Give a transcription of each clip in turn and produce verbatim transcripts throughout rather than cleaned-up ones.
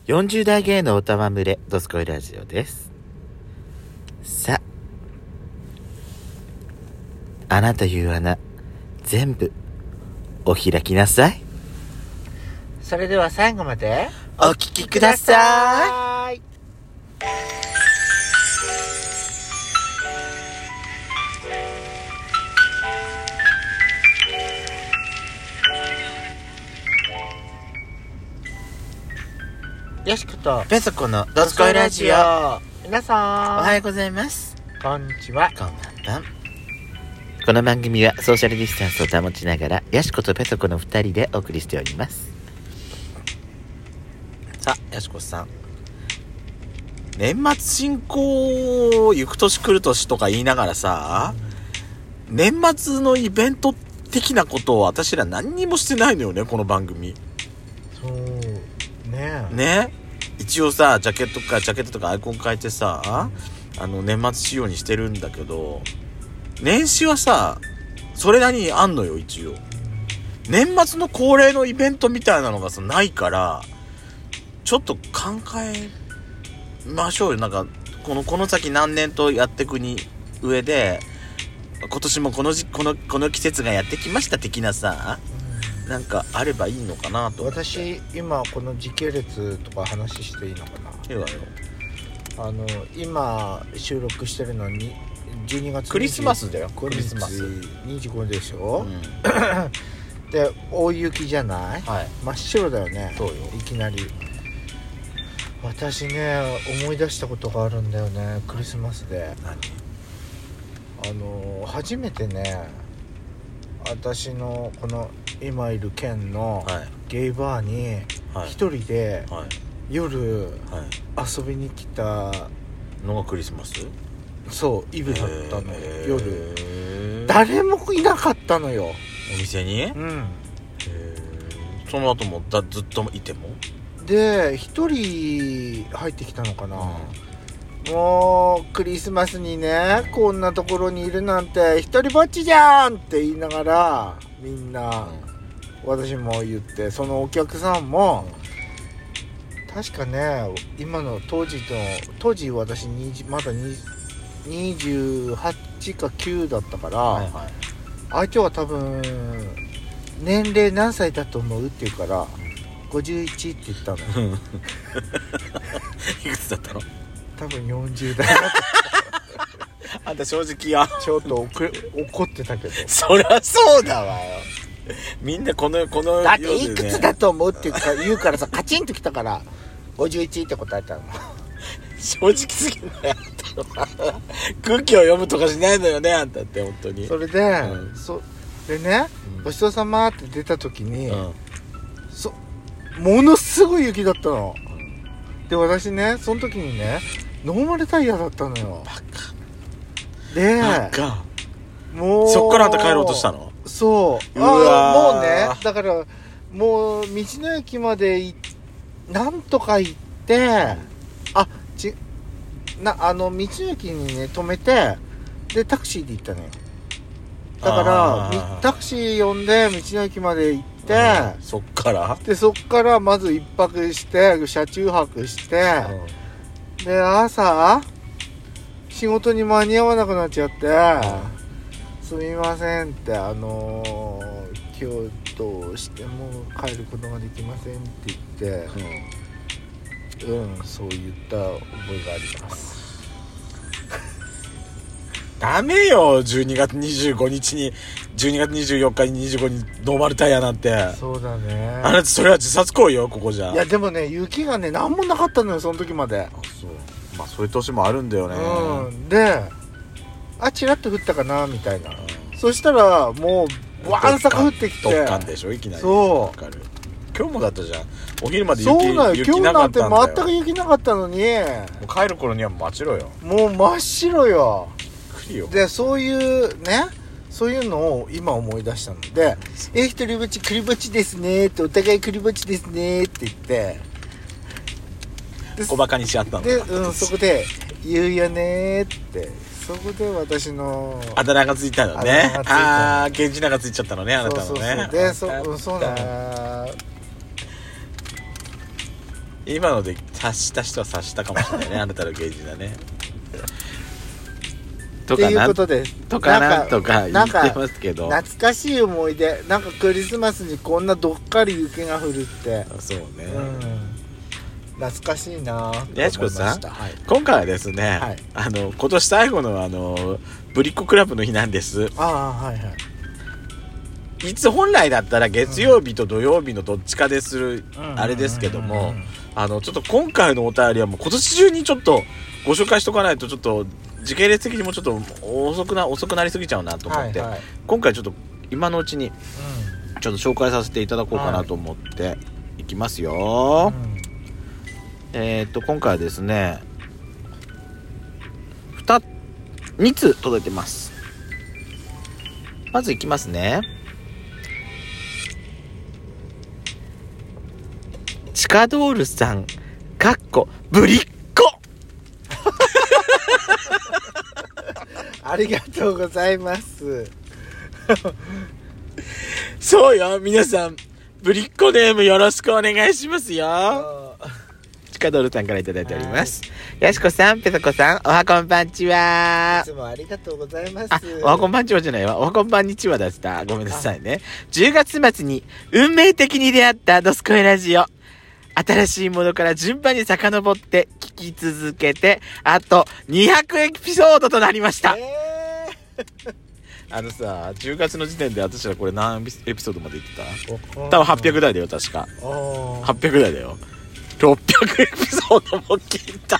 よんじゅう代芸のおたまむれドスコイラジオです。さあ、あなたいう穴全部お開きなさい。 それでは最後までお聞きください。 よしことペソコのドスコイラジオ、お皆さんはようございます。 こんにちは。 こんばんは。この番組はソーシャルディスタンスを保ちながらヤシコとペソコのふたりでお送りしております。さあ、ヤシコさん、年末進行行く年来る年とか言いながらさ、年末のイベント的なことを私ら何にもしてないのよね、この番組。 そうねえね、一応さ、ジャケットかジャケットとかアイコン変えてさ、あの年末仕様にしてるんだけど、年始はさそれなりにあんのよ。一応年末の恒例のイベントみたいなのがさないから、ちょっと考えましょうよ。なんかこのこの先何年とやっていくに上で、今年もこのじこのこの季節がやってきました的なさ、なんかあればいいのかなと思って。 私今この時系列とか話していいのかな。 いいわよ。 あの今収録してるのにじゅうにがつクリスマスだよ。クリスマスにじゅうごでしょ、 うん、 で大雪じゃない、 はい、 真っ白だよね。 そうよ。 いきなり私ね思い出したことがあるんだよね、クリスマスで。 何？ あの初めてね、私のこの今いる県のゲイバーに一人で夜遊びに来たのがクリスマス？ そうイブだったの。夜誰誰もいなかったのよ、 お店に。 うん、 その後もだずっといてもで一人入ってきたのかな、 うん、 もうクリスマスにねこんなところにいるなんて一人ぼっちじゃんって言いながらみんな、うん、私も言って、そのお客さんも、うん、確かね今の当時の当時私まだにじゅうはちかきゅうだったから、はいはい、相手は多分年齢何歳だと思うって言うからごじゅういちって言ったの。 いくつだったの？ 多分よんじゅう代だったあんた正直やちょっと怒ってたけど。 そりゃそうだわよ。みんなこのこの、ね、 だっていくつだと思うって言うからさカチンときたからごじゅういちって答えたの。 正直すぎないあんたの空気を読むとかしないのよねあんたって本当に。 それで、うん、そでね、うん、ごちそうさまって出た時に、うん、そものすごい雪だったの、うん、で私ねその時にねノーマルタイヤだったのよ。バカでバカもうそっからあんた帰ろうとしたの？ そううわあもうねだからもう道の駅までなんとか行って、うん、あちなあの道の駅にね止めてでタクシーで行ったのよ。だからタクシー呼んで道の駅まで行って、 うん、そっからでそっからまず一泊して車中泊して、うん、で朝仕事に間に合わなくなっちゃって、うん、すみませんってあのー、今日どうしても帰ることができませんって言って、うん、うん、そう言った覚えがあります。 ダメよ、じゅうにがつにじゅうごにちにじゅうにがつにじゅうよっかににじゅうごにノーマルタイヤなんて。 そうだね。 あなたそれは自殺行為よここじゃ。 いやでもね雪がね何もなかったのよその時まで。あそうまあそういう年もあるんだよね、 うん、であチラッと降ったかなみたいな、うん、そしたらもうワンサカ降ってきてドッカンでしょいきなり。 そう分かる。今日もだったじゃんお昼まで雪。 そうなの雪なかったんだよ。 今日なんて全く雪なかったのにもう帰る頃には真っ白よ。 もう真っ白よ。 よでそういうねそういうのを今思い出したのでえ一人ぼっちクリぼっちですねってお互いクリぼっちですねって言って小バカにしちゃったので、うん、そこで言うよねってそこで私のあだ名がついたのね。ああ源氏名がついちゃったのねあなたのね。 そうそうそうでそそうな今ので察した人は察したかもしれないねあなたのゲージだねとかっていうことでとかなんとか言ってますけど、 懐かしい思い出。なんかクリスマスにこんなどっかり雪が降るって、 そうね、 うん、懐かしいなと思いました。 やしこさん、 はい、 今回はですね、 はい、 あの今年最後のあのぶりっ子クラブの日なんです。 ああ、はいはい。 いつ本来だったら月曜日と土曜日のどっちかでする、うん、あれですけども、あのちょっと今回のお便りはもう今年中にちょっとご紹介しとかないとちょっと時系列的にもちょっと遅くな遅くなりすぎちゃうなと思って、はいはい、今回ちょっと今のうちにちょっと紹介させていただこうかなと思っていきますよ、うん、えー、っと今回はですねにつ届いてます。まずいきますね。チカドールさんかっこぶりっ子ありがとうございますそうよ、皆さんぶりっ子ネームよろしくお願いしますよ。チカドールさんからいただいております。やしこさん、ペソコさん、おはこんばんちは。 いつもありがとうございます。 あ、おはこんばんちはじゃないわ、おはこんばんにちはだした。ごめんなさいね。じゅうがつ末に運命的に出会ったドスコイラジオ、新しいものから順番に遡って聞き続けて、あとにひゃくエピソードとなりました。えー、あのさ、じゅうがつの時点で私らこれ何エピソードまでいってた？多分はっぴゃくだいだよ、確か。はっぴゃくだいだよ。ろっぴゃくエピソードも聞いた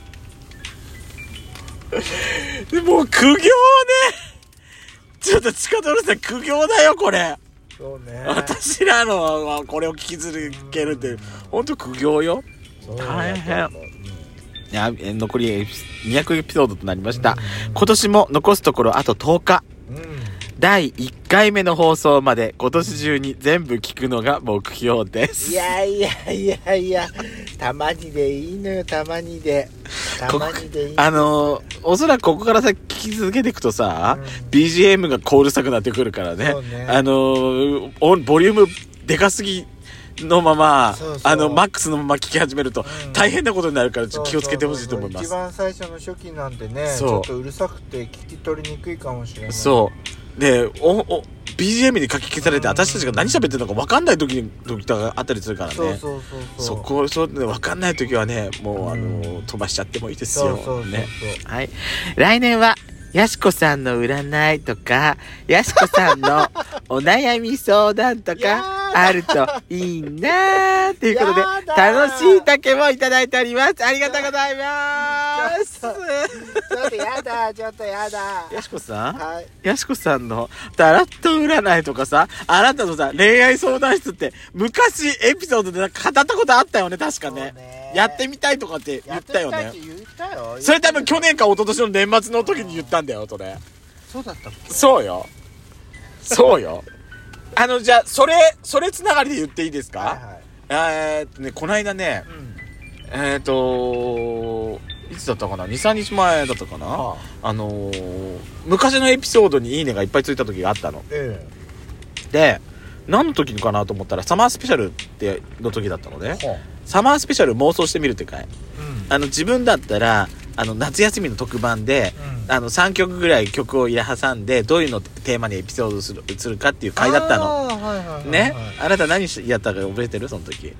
の。もう苦行ね。ちょっとチカドルさん苦行だよ、これ。 そうね、 私らのこれを聞き続けるって本当苦行よ。大変。いや、残りにひゃくエピソードとなりました。今年も残すところあととおか、うん、だいいっかいめの放送まで今年中に全部聞くのが目標です。 いやいやいやいや、たまにでいいのよ、たまにでたまにでいいの。 あのー、おそらくここから先聞き続けていくとさ、うん、ビージーエム がコールさくなってくるからね。ね、あのー、ボリュームでかすぎのまま、そうそう、あのマックスのまま聞き始めると、うん、大変なことになるからちょっと気をつけてほしいと思います。 一番最初の初期なんでね、ちょっとうるさくて聞き取りにくいかもしれない。 そうで、おお ビージーエム に書き消されて、うん、私たちが何喋ってるのか分かんない時に時があったりするからね。そうそうそうそう、そこそう、ね、分かんない時はね、もう、うん、あの飛ばしちゃってもいいですよ。そうそうそうそう、ね、はい。来年はやしこさんの占いとか、やしこさんのお悩み相談とかあるといいなーということで、楽しい竹もいただいております。ありがとうございます。 ちょっとやだ、ちょっとやだ。 やしこさん、 はい、やしこさんのタロット占いとかさ、あなたのさ、恋愛相談室って昔エピソードでなんか語ったことあったよね、確かね。やってみたいとかって言ったよね。 やってみたいって言ったよ。 それ多分去年か一昨年の年末の時に言ったんだよ、それ。 そうだったっけ？ そうよ。そうよ。あの、じゃあ、それ、それつながりで言っていいですか？はいはい、えーっとね、こないだね、うん、えーっと、いつだったかな ?に、さんにちまえだったかな、はあ、あのー、昔のエピソードにいいねがいっぱいついた時があったの。ええ、で、何の時かなと思ったら、サマースペシャルっての時だったのね。はあ、サマースペシャル妄想してみるってかい、うん、あの、自分だったら、あの夏休みの特番で、うん、あのさんきょくぐらい曲を入れ挟んで、どういうのをテーマにエピソードする、するかっていう回だったの。はいはいはいはい、ね。あなた何やったか覚えてる？その時。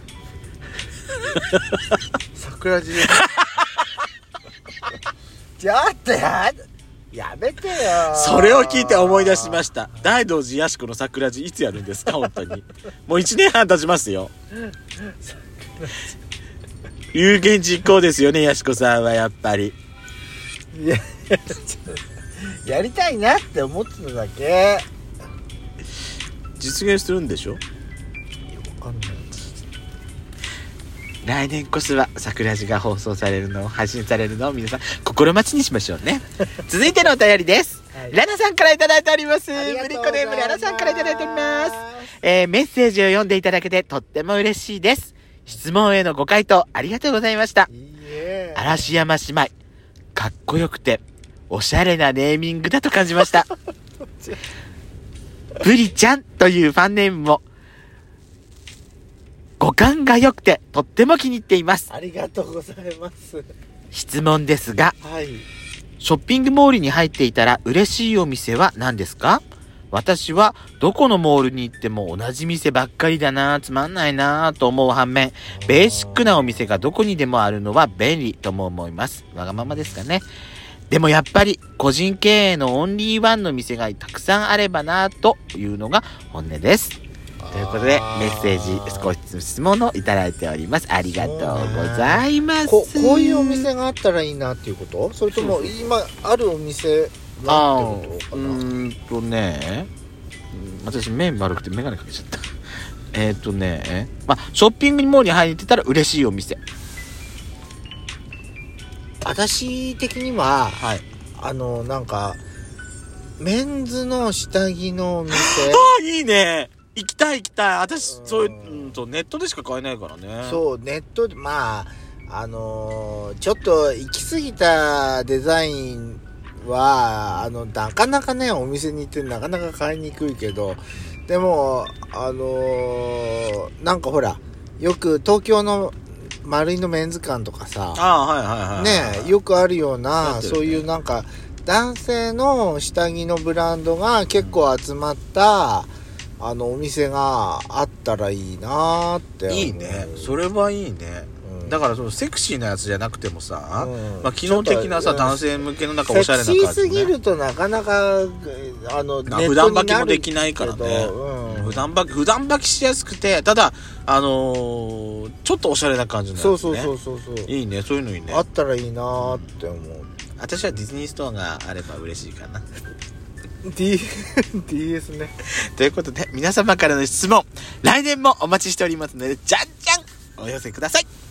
桜地ちょっとややめてよ。 それを聞いて思い出しました。大道寺やしこの桜地いつやるんですか？本当に。もういちねんはん経ちますよ。有言実行ですよね、やしこさんはやっぱり。 いや、やりたいなって思ってただけ。 実現するんでしょ？わかんない。来年こそは桜地が放送されるのを配信されるのを皆さん心待ちにしましょうね。続いてのお便りです。はい、ラナさんからいただいております。ブリコネームラナさんからいただいております。えー、メッセージを読んでいただけてとっても嬉しいです。質問へのご回答ありがとうございました。いいえ。嵐山姉妹、かっこよくておしゃれなネーミングだと感じました。ブリちゃんというファンネームも五感が良くてとっても気に入っています。 ありがとうございます。 質問ですが、 はい。 ショッピングモールに入っていたら嬉しいお店は何ですか？私はどこのモールに行っても同じ店ばっかりだな、つまんないなと思う反面、ベーシックなお店がどこにでもあるのは便利とも思います。わがままですかね。でもやっぱり個人経営のオンリーワンの店がたくさんあればなというのが本音です。ということでメッセージ少しずつ質問をいただいております。ありがとうございます。 こ, こういうお店があったらいいなっていうこと？それとも今あるお店がってことかな？ うーんとね、私目悪くて眼鏡かけちゃったえっとね、まあショッピングモールに入ってたら嬉しいお店。 私的には、 はい、 あのなんかメンズの下着のお店ああいいね、行きたい行きたい。私そういう、うんとネットでしか買えないからね。 そうネットでまああのー、ちょっと行き過ぎたデザインはあのなかなかねお店に行ってなかなか買いにくいけど、でもあのー、なんかほらよく東京の丸いのメンズ館とかさ、 ああはいはいはいねよくあるような、 ね、 そういうなんか男性の下着のブランドが結構集まった、うん、あのお店があったらいいなーって思う。 いいね、それはいいね、うん、だからそのセクシーなやつじゃなくてもさ、うんまあ、機能的なさ男性向けのなんかおしゃれな感じ、ね、 セクシーすぎるとなかなかあのネットになる普段履きもできないからね、 うん、 普段履き普段履きしやすくて、ただあのー、ちょっっとおしゃれな感じのやつね。 そうそうそうそうそう。 いいね、そういうのいいね。 あったらいいなーって思う。 私はディズニーストアがあれば嬉しいかな。 D、ディーエス ね。 ということで、皆様からの質問、来年もお待ちしておりますので、じゃんじゃんお寄せください。